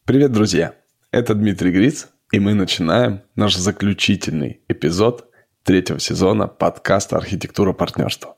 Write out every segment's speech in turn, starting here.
Привет, друзья! Это Дмитрий Гриц, и мы начинаем наш заключительный эпизод третьего сезона подкаста «Архитектура партнерства».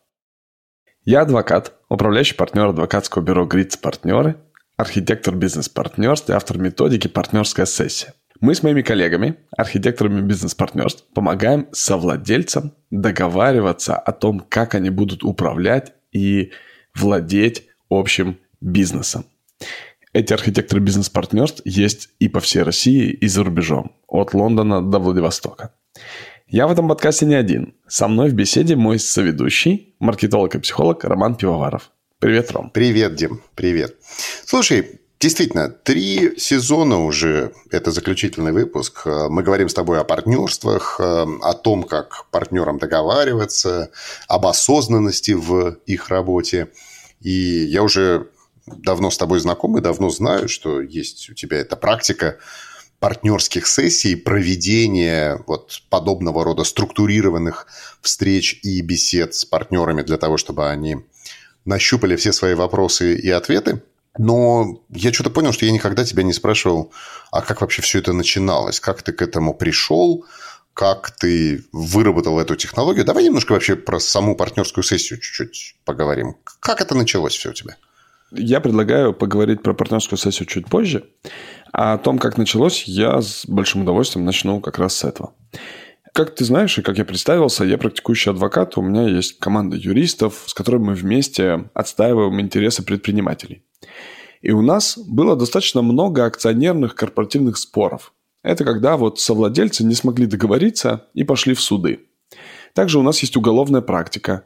Я адвокат, управляющий партнер адвокатского бюро «Гриц Партнеры», архитектор бизнес-партнерств и автор методики «Партнерская сессия». Мы с моими коллегами, архитекторами бизнес-партнерств, помогаем совладельцам договариваться о том, как они будут управлять и владеть общим бизнесом. Эти архитекторы бизнес-партнерств есть и по всей России, и за рубежом, от Лондона до Владивостока. Я в этом подкасте не один. Со мной в беседе мой соведущий, маркетолог и психолог Роман Пивоваров. Привет, Ром. Привет, Дим. Привет. Слушай, действительно, 3 сезона уже, это заключительный выпуск. Мы говорим с тобой о партнерствах, о том, как партнерам договариваться, об осознанности в их работе. И я уже давно с тобой знаком и давно знаю, что есть у тебя эта практика партнерских сессий, проведения вот подобного рода структурированных встреч и бесед с партнерами для того, чтобы они нащупали все свои вопросы и ответы. Но я что-то понял, что я никогда тебя не спрашивал, а как вообще все это начиналось, как ты к этому пришел, как ты выработал эту технологию. Давай немножко вообще про саму партнерскую сессию чуть-чуть поговорим. Как это началось все у тебя? Я предлагаю поговорить про партнерскую сессию чуть позже. А о том, как началось, я с большим удовольствием начну как раз с этого. Как ты знаешь, и как я представился, я практикующий адвокат. У меня есть команда юристов, с которыми мы вместе отстаиваем интересы предпринимателей. И у нас было достаточно много акционерных корпоративных споров. Это когда вот совладельцы не смогли договориться и пошли в суды. Также у нас есть уголовная практика,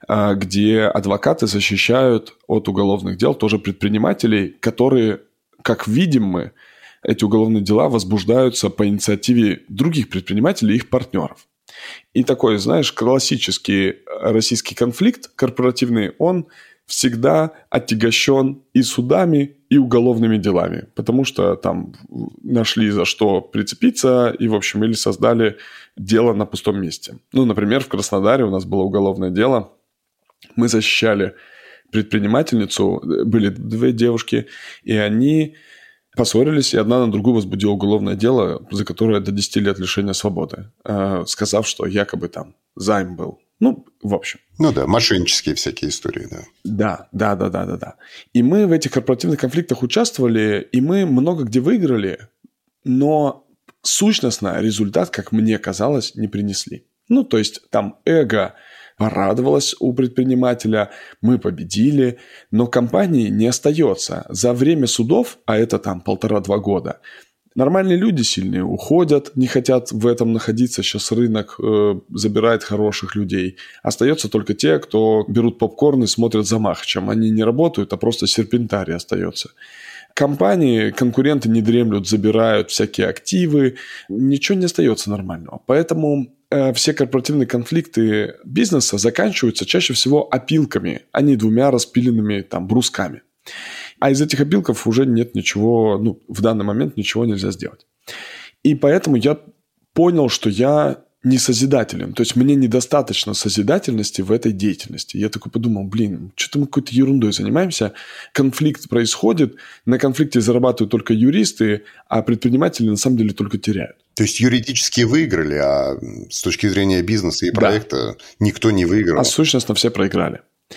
где адвокаты защищают от уголовных дел тоже предпринимателей, которые, как видим мы, эти уголовные дела возбуждаются по инициативе других предпринимателей и их партнеров. И такой, знаешь, классический российский конфликт корпоративный, он всегда отягощен и судами, и уголовными делами, потому что там нашли за что прицепиться и, в общем, или создали дело на пустом месте. Ну, например, в Краснодаре у нас было уголовное дело. Мы защищали предпринимательницу, были 2 девушки, и они поссорились, и одна на другую возбудила уголовное дело, за которое до 10 лет лишения свободы, сказав, что якобы там займ был. Ну, в общем. Ну да, мошеннические всякие истории, да. Да. И мы в этих корпоративных конфликтах участвовали, и мы много где выиграли, но сущностно результат, как мне казалось, не принесли. Ну, то есть там эго порадовалось у предпринимателя, мы победили, но компании не остается. За время судов, а это там 1,5-2 года, нормальные люди сильные уходят, не хотят в этом находиться. Сейчас рынок забирает хороших людей. Остается только те, кто берут попкорн и смотрят за Махачем. Они не работают, а просто серпентарий остается. Компании, конкуренты не дремлют, забирают всякие активы. Ничего не остается нормального. Поэтому все корпоративные конфликты бизнеса заканчиваются чаще всего опилками, а не 2 распиленными там брусками. А из этих опилков уже нет ничего, в данный момент ничего нельзя сделать. И поэтому я понял, что я не созидателен. То есть мне недостаточно созидательности в этой деятельности. Я такой подумал, что-то мы какой-то ерундой занимаемся. Конфликт происходит, на конфликте зарабатывают только юристы, а предприниматели на самом деле только теряют. То есть юридически выиграли, а с точки зрения бизнеса и проекта никто не выиграл. А сущностно все проиграли.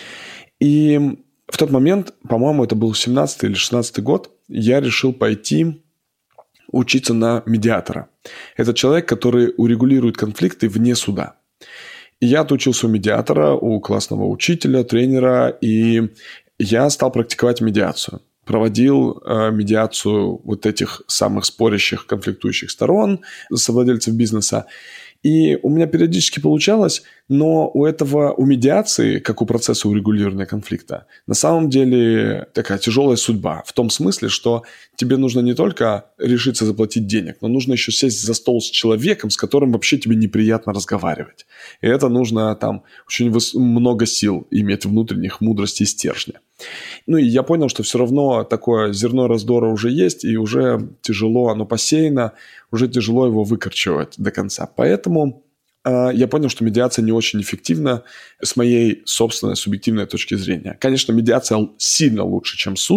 И в тот момент, по-моему, это был 17-й или 16-й год, я решил пойти учиться на медиатора. Это человек, который урегулирует конфликты вне суда. И я отучился у медиатора, у классного учителя, тренера, и я стал практиковать медиацию. Проводил медиацию вот этих самых спорящих, конфликтующих сторон, совладельцев бизнеса. И у меня периодически получалось, но у медиации, как у процесса урегулирования конфликта, на самом деле такая тяжелая судьба. В том смысле, что тебе нужно не только решиться заплатить денег, но нужно еще сесть за стол с человеком, с которым вообще тебе неприятно разговаривать. И это нужно там очень много сил иметь внутренних, мудрости и стержня. Ну и я понял, что все равно такое зерно раздора уже есть, и уже тяжело, оно посеяно, уже тяжело его выкорчевать до конца. Поэтому я понял, что медиация не очень эффективна с моей собственной субъективной точки зрения. Конечно, медиация сильно лучше, чем суд,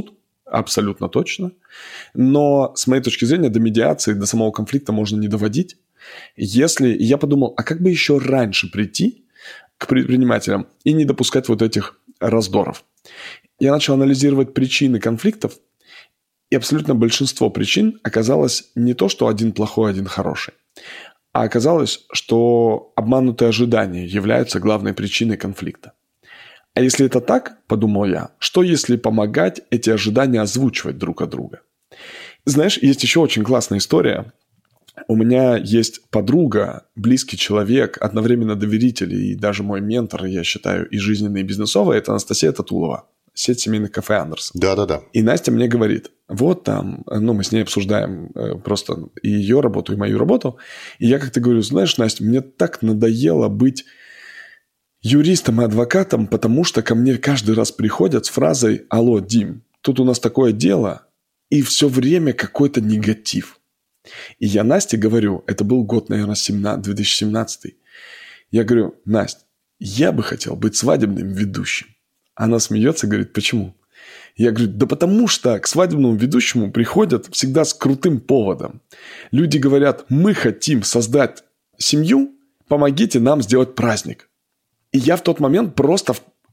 абсолютно точно. Но, с моей точки зрения, до медиации, до самого конфликта можно не доводить. Если я подумал, а как бы еще раньше прийти к предпринимателям и не допускать вот этих раздоров? Я начал анализировать причины конфликтов, и абсолютно большинство причин оказалось не то, что один плохой, один хороший, а оказалось, что обманутые ожидания являются главной причиной конфликта. А если это так, подумал я, что если помогать эти ожидания озвучивать друг от друга? Знаешь, есть еще очень классная история. У меня есть подруга, близкий человек, одновременно доверитель и даже мой ментор, я считаю, и жизненный, и бизнесовый, это Анастасия Татулова, сеть семейных кафе «Андерсон». Да-да-да. И Настя мне говорит, вот там, мы с ней обсуждаем просто и ее работу, и мою работу. И я как-то говорю, знаешь, Настя, мне так надоело быть юристом и адвокатом, потому что ко мне каждый раз приходят с фразой «Алло, Дим, тут у нас такое дело», и все время какой-то негатив. И я Насте говорю, это был год, наверное, 2017. Я говорю, Настя, я бы хотел быть свадебным ведущим. Она смеется и говорит, почему? Я говорю, да потому что к свадебному ведущему приходят всегда с крутым поводом. Люди говорят, мы хотим создать семью, помогите нам сделать праздник. И я в тот момент просто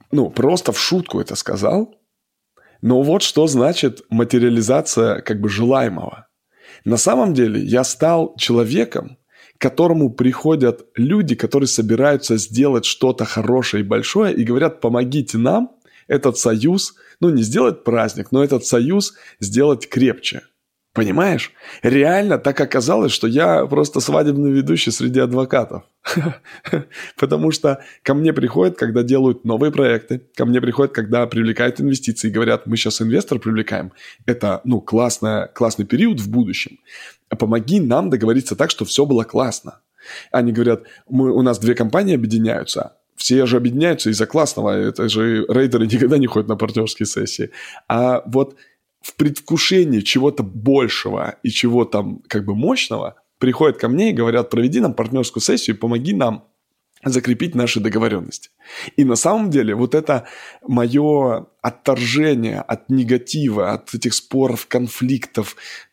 в шутку это сказал. Но вот что значит материализация желаемого. На самом деле я стал человеком, к которому приходят люди, которые собираются сделать что-то хорошее и большое, и говорят, помогите нам этот союз, не сделать праздник, но этот союз сделать крепче. Понимаешь? Реально так оказалось, что я просто свадебный ведущий среди адвокатов. Потому что ко мне приходят, когда делают новые проекты, ко мне приходят, когда привлекают инвестиции, говорят, мы сейчас инвестора привлекаем, это классный период в будущем. Помоги нам договориться так, что все было классно. Они говорят, у нас 2 компании объединяются, все же объединяются из-за классного, это же рейдеры никогда не ходят на партнерские сессии. А вот в предвкушении чего-то большего и чего-то мощного приходят ко мне и говорят, проведи нам партнерскую сессию и помоги нам закрепить наши договоренности. И на самом деле вот это мое отторжение от негатива, от этих споров, конфликтов,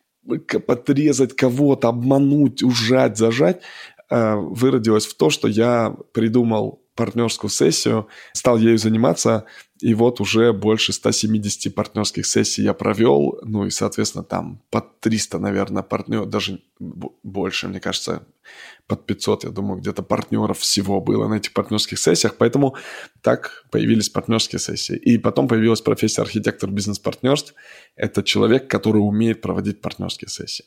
подрезать кого-то, обмануть, ужать, зажать, выродилось в то, что я придумал партнерскую сессию, стал ею заниматься, и вот уже больше 170 партнерских сессий я провел, и, соответственно, там под 300, наверное, партнеров, даже больше, мне кажется, под 500, я думаю, где-то партнеров всего было на этих партнерских сессиях, поэтому так появились партнерские сессии. И потом появилась профессия архитектор бизнес-партнерств. Это человек, который умеет проводить партнерские сессии.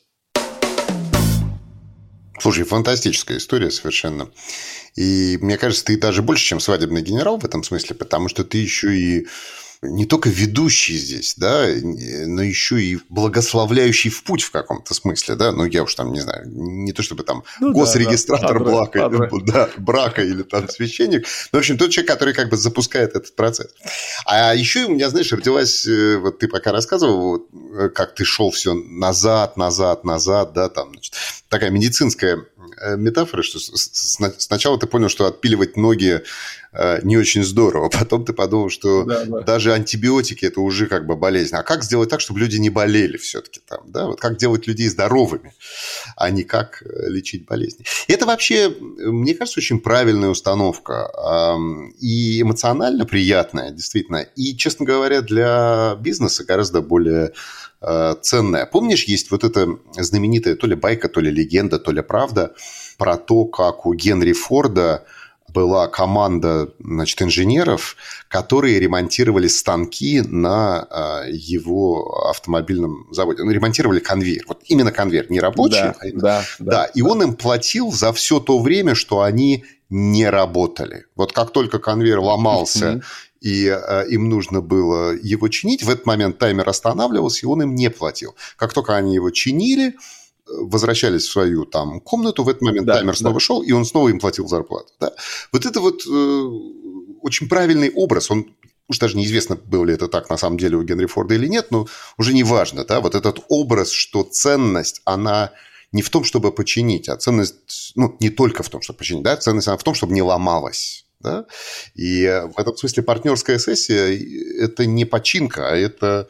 Слушай, фантастическая история совершенно. И мне кажется, ты даже больше, чем свадебный генерал в этом смысле, потому что ты еще и не только ведущий здесь, да, но еще и благословляющий в путь в каком-то смысле, да. Я уж там не знаю, не то чтобы там госрегистратор брака или там священник, но, в общем, тот человек, который запускает этот процесс. А еще у меня, знаешь, родилась, вот ты пока рассказывал, как ты шел все назад, да, там, значит, такая медицинская метафора, что сначала ты понял, что отпиливать ноги не очень здорово, потом ты подумал, что даже антибиотики – это уже болезнь. А как сделать так, чтобы люди не болели все-таки там, да? Вот как делать людей здоровыми, а не как лечить болезни. Это вообще, мне кажется, очень правильная установка и эмоционально приятная, действительно, и, честно говоря, для бизнеса гораздо более ценная. Помнишь, есть вот эта знаменитая то ли байка, то ли легенда, то ли правда про то, как у Генри Форда была команда, инженеров, которые ремонтировали станки на его автомобильном заводе. Ремонтировали конвейер. Вот именно конвейер, не рабочий. Да. И он им платил за все то время, что они не работали. Вот как только конвейер ломался, и им нужно было его чинить, в этот момент таймер останавливался, и он им не платил. Как только они его чинили, возвращались в свою там комнату, в этот момент таймер снова шел, и он снова им платил зарплату. Да? Вот это вот очень правильный образ. Он, уж даже неизвестно, было ли это так на самом деле у Генри Форда или нет, но уже не важно. Да? Вот этот образ, что ценность, она не в том, чтобы починить, а ценность, не только в том, чтобы починить, да? Ценность, она в том, чтобы не ломалась. Да? И в этом смысле партнерская сессия – это не починка, а это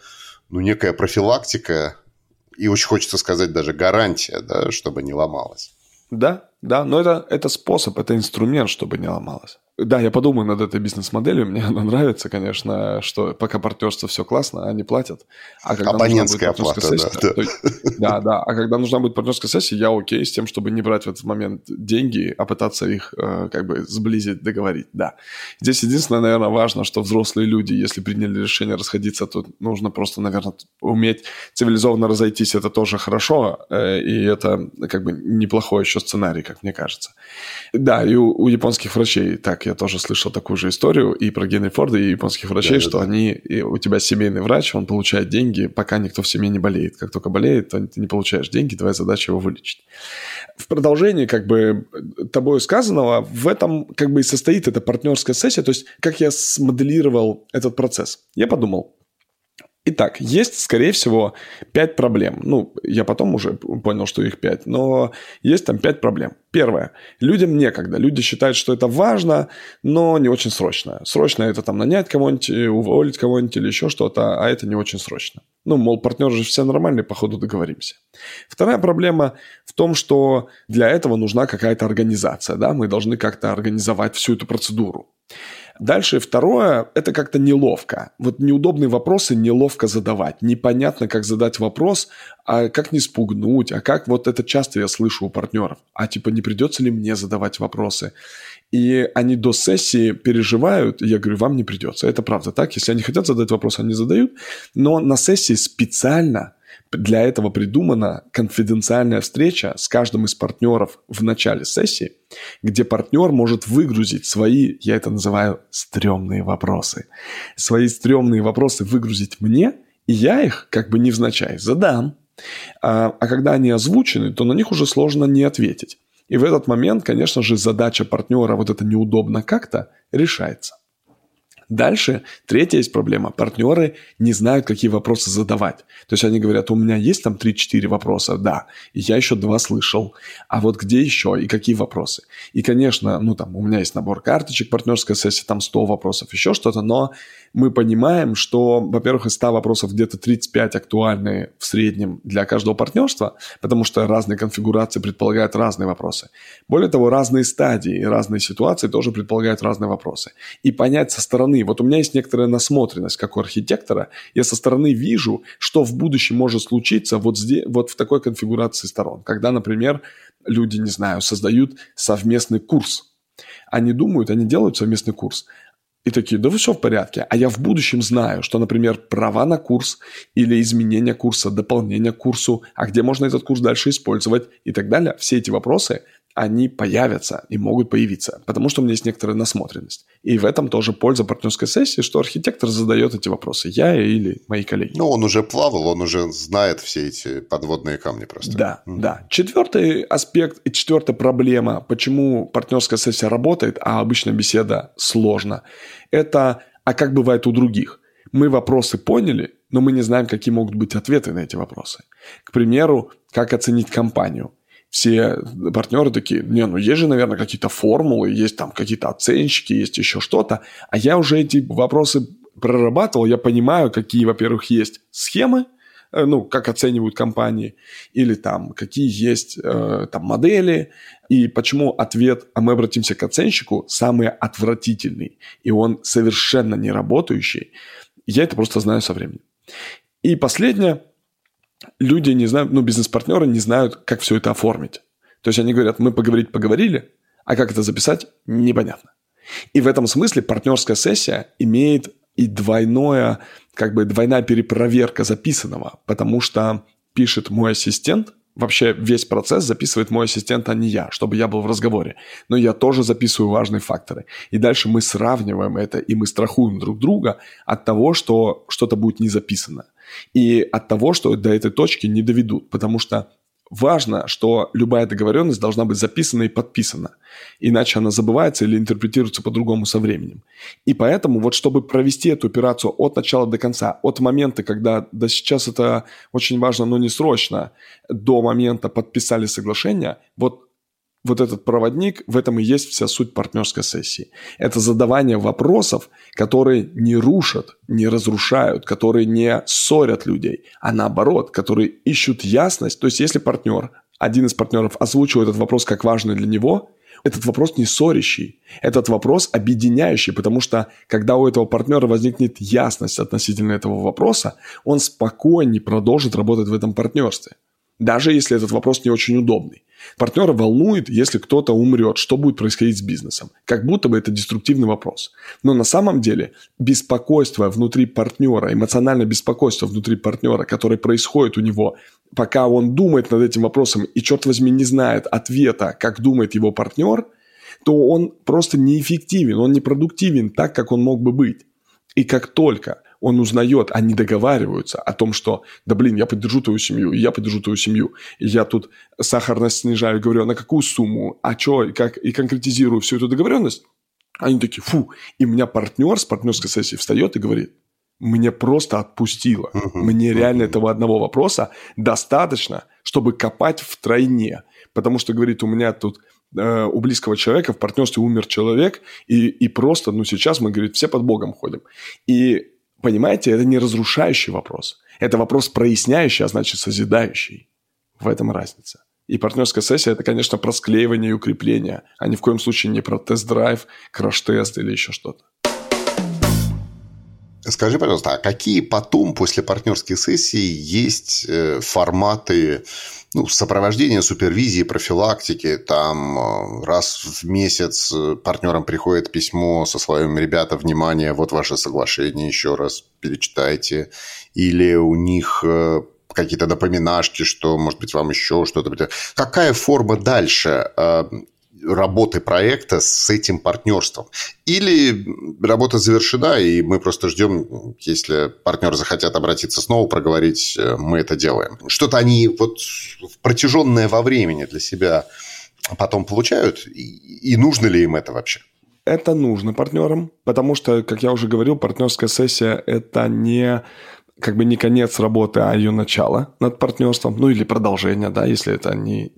некая профилактика и, очень хочется сказать, даже гарантия, да, чтобы не ломалось. Да, но это способ, это инструмент, чтобы не ломалось. Да, я подумаю над этой бизнес-моделью. Мне она нравится, конечно, что пока партнерство все классно, они платят. А когда абонентская оплата, сессия, да. А когда нужна будет партнерская сессия, я окей с тем, чтобы не брать в этот момент деньги, а пытаться их сблизить, договорить. Да. Здесь единственное, наверное, важно, что взрослые люди, если приняли решение расходиться, то нужно просто, наверное, уметь цивилизованно разойтись. Это тоже хорошо, и это неплохой еще сценарий, как мне кажется. Да, и у японских врачей так. Я тоже слышал такую же историю и про Генри Форда, и японских врачей, что у тебя семейный врач, он получает деньги, пока никто в семье не болеет. Как только болеет, то ты не получаешь деньги, твоя задача его вылечить. В продолжении тобой сказанного, в этом и состоит эта партнерская сессия, то есть как я смоделировал этот процесс. Я подумал, итак, есть, скорее всего, 5 проблем. Я потом уже понял, что их 5, но есть там 5 проблем. Первое. Людям некогда. Люди считают, что это важно, но не очень срочно. Срочно это нанять кого-нибудь, уволить кого-нибудь или еще что-то, а это не очень срочно. Партнеры же все нормальные, походу договоримся. Вторая проблема в том, что для этого нужна какая-то организация. Да? Мы должны как-то организовать всю эту процедуру. Дальше второе, это как-то неловко. Неудобные вопросы неловко задавать. Непонятно, как задать вопрос, а как не спугнуть, а как это часто я слышу у партнеров. Не придется ли мне задавать вопросы? И они до сессии переживают, и я говорю, вам не придется. Это правда так. Если они хотят задать вопрос, они задают. Но на сессии специально для этого придумана конфиденциальная встреча с каждым из партнеров в начале сессии, где партнер может выгрузить свои, я это называю, стрёмные вопросы. Свои стрёмные вопросы выгрузить мне, и я их невзначай задам. А когда они озвучены, то на них уже сложно не ответить. И в этот момент, конечно же, задача партнера это неудобно как-то решается. Дальше, третья есть проблема. Партнеры не знают, какие вопросы задавать. То есть они говорят, у меня есть 3-4 вопроса, да, и я еще 2 слышал. А где еще и какие вопросы? И, конечно, у меня есть набор карточек, партнерская сессия, 100 вопросов, еще что-то, но мы понимаем, что, во-первых, из 100 вопросов где-то 35 актуальны в среднем для каждого партнерства, потому что разные конфигурации предполагают разные вопросы. Более того, разные стадии, разные ситуации тоже предполагают разные вопросы. И понять со стороны, у меня есть некоторая насмотренность, как у архитектора, я со стороны вижу, что в будущем может случиться здесь, в такой конфигурации сторон. Когда, например, люди, создают совместный курс. Они делают совместный курс. И такие, да все в порядке. А я в будущем знаю, что, например, права на курс или изменение курса, дополнение к курсу, а где можно этот курс дальше использовать и так далее. Все эти вопросы, они появятся и могут появиться, потому что у меня есть некоторая насмотренность. И в этом тоже польза партнерской сессии, что архитектор задает эти вопросы, я или мои коллеги. Он уже плавал, он уже знает все эти подводные камни просто. Да. Четвертый аспект и четвертая проблема, почему партнерская сессия работает, а обычная беседа сложно, это, а как бывает у других? Мы вопросы поняли, но мы не знаем, какие могут быть ответы на эти вопросы. К примеру, как оценить компанию? Все партнеры такие, есть же, наверное, какие-то формулы, есть какие-то оценщики, есть еще что-то. А я уже эти вопросы прорабатывал, я понимаю, какие, во-первых, есть схемы, как оценивают компании, или какие есть модели, и почему ответ, а мы обратимся к оценщику, самый отвратительный, и он совершенно не работающий. Я это просто знаю со временем. И последнее. Люди не знают, бизнес-партнеры не знают, как все это оформить. То есть они говорят, мы поговорили, а как это записать, непонятно. И в этом смысле партнерская сессия имеет и двойная перепроверка записанного, потому что пишет мой ассистент, вообще весь процесс записывает мой ассистент, а не я, чтобы я был в разговоре. Но я тоже записываю важные факторы. И дальше мы сравниваем это, и мы страхуем друг друга от того, что что-то будет не записано. И от того, что до этой точки не доведут. Потому что важно, что любая договоренность должна быть записана и подписана. Иначе она забывается или интерпретируется по-другому со временем. И поэтому чтобы провести эту операцию от начала до конца, от момента, когда, да сейчас это очень важно, но не срочно, до момента подписали соглашение, вот этот проводник, в этом и есть вся суть партнерской сессии. Это задавание вопросов, которые не рушат, не разрушают, которые не ссорят людей, а наоборот, которые ищут ясность. То есть если один из партнеров озвучивает этот вопрос как важный для него, этот вопрос не ссорящий, этот вопрос объединяющий, потому что когда у этого партнера возникнет ясность относительно этого вопроса, он спокойнее продолжит работать в этом партнерстве. Даже если этот вопрос не очень удобный. Партнера волнует, если кто-то умрет, что будет происходить с бизнесом. Как будто бы это деструктивный вопрос. Но на самом деле беспокойство внутри партнера, эмоциональное беспокойство внутри партнера, которое происходит у него, пока он думает над этим вопросом и, черт возьми, не знает ответа, как думает его партнер, то он просто неэффективен, он непродуктивен так, как он мог бы быть. И как только он узнает, они договариваются о том, что, я поддержу твою семью, и я поддержу твою семью, и я тут сахарность снижаю, говорю, на какую сумму, а что, и как, и конкретизирую всю эту договоренность, они такие, и у меня партнер с партнерской сессии встает и говорит, мне просто отпустило, мне реально этого одного вопроса достаточно, чтобы копать втройне, потому что, говорит, у меня тут у близкого человека в партнерстве умер человек, и просто, сейчас мы, говорит, все под Богом ходим, и понимаете, это не разрушающий вопрос. Это вопрос проясняющий, а значит созидающий. В этом разница. И партнерская сессия – это, конечно, про склеивание и укрепление, а ни в коем случае не про тест-драйв, краш-тест или еще что-то. Скажи, пожалуйста, а какие потом после партнерской сессии есть форматы сопровождения, супервизии, профилактики? Там раз в месяц партнерам приходит письмо со словами: ребята, внимание, вот ваше соглашение, еще раз перечитайте. Или у них какие-то напоминашки, что, может быть, вам еще что-то. Какая форма дальше работы проекта с этим партнерством? Или работа завершена, и мы просто ждем, если партнеры захотят обратиться снова, проговорить, мы это делаем. Что-то они протяженное во времени для себя потом получают, и нужно ли им это вообще? Это нужно партнерам, потому что, как я уже говорил, партнерская сессия – это не конец работы, а ее начало над партнерством, или продолжение, да, если это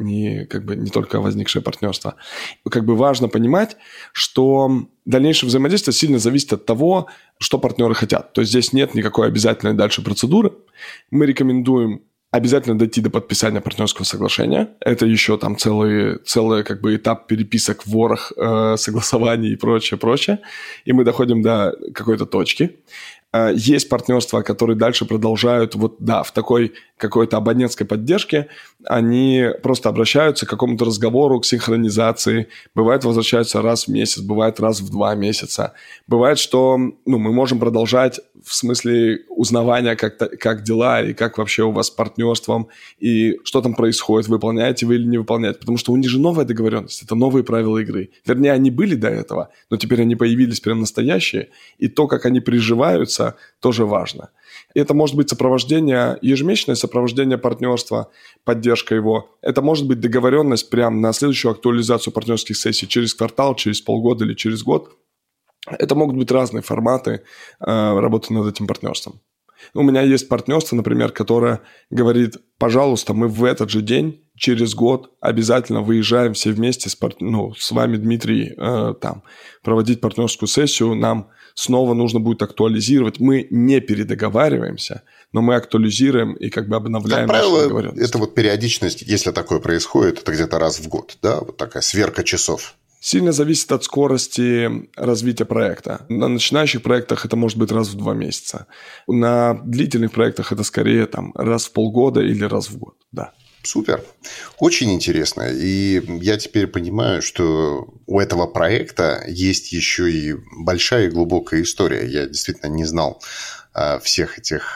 не только возникшее партнерство. Важно понимать, что дальнейшее взаимодействие сильно зависит от того, что партнеры хотят. То есть здесь нет никакой обязательной дальше процедуры. Мы рекомендуем обязательно дойти до подписания партнерского соглашения. Это еще там целый этап переписок, ворох, согласований и прочее. И мы доходим до какой-то точки. Есть партнерства, которые дальше продолжают в такой какой-то абонентской поддержке. Они просто обращаются к какому-то разговору, к синхронизации. Бывает, возвращаются раз в месяц, бывает раз в 2 месяца. Бывает, что мы можем продолжать в смысле узнавания, как дела и как вообще у вас с партнерством, и что там происходит, выполняете вы или не выполняете. Потому что у них же новая договоренность, это новые правила игры. Вернее, они были до этого, но теперь они появились прям настоящие, и то, как они приживаются, тоже важно. Это может быть сопровождение, ежемесячное сопровождение партнерства, поддержка его. Это может быть договоренность прямо на следующую актуализацию партнерских сессий через квартал, через полгода или через год. Это могут быть разные форматы работы над этим партнерством. У меня есть партнерство, например, которое говорит: пожалуйста, мы в этот же день, через год обязательно выезжаем все вместе с вами, Дмитрий, проводить партнерскую сессию. Нам снова нужно будет актуализировать. Мы не передоговариваемся, но мы актуализируем и обновляем нашу договоренность. Это периодичность, если такое происходит, это где-то раз в год, да? Такая сверка часов. Сильно зависит от скорости развития проекта. На начинающих проектах это может быть раз в 2 месяца. На длительных проектах это скорее раз в полгода или раз в год. Да. Супер. Очень интересно. И я теперь понимаю, что у этого проекта есть еще и большая и глубокая история. Я действительно не знал всего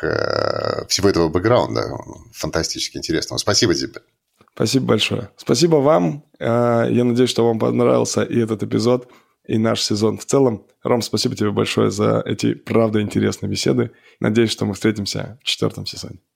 этого бэкграунда. Фантастически интересного. Спасибо тебе. Спасибо большое. Спасибо вам. Я надеюсь, что вам понравился и этот эпизод, и наш сезон в целом. Ром, спасибо тебе большое за эти, правда, интересные беседы. Надеюсь, что мы встретимся в 4-м сезоне.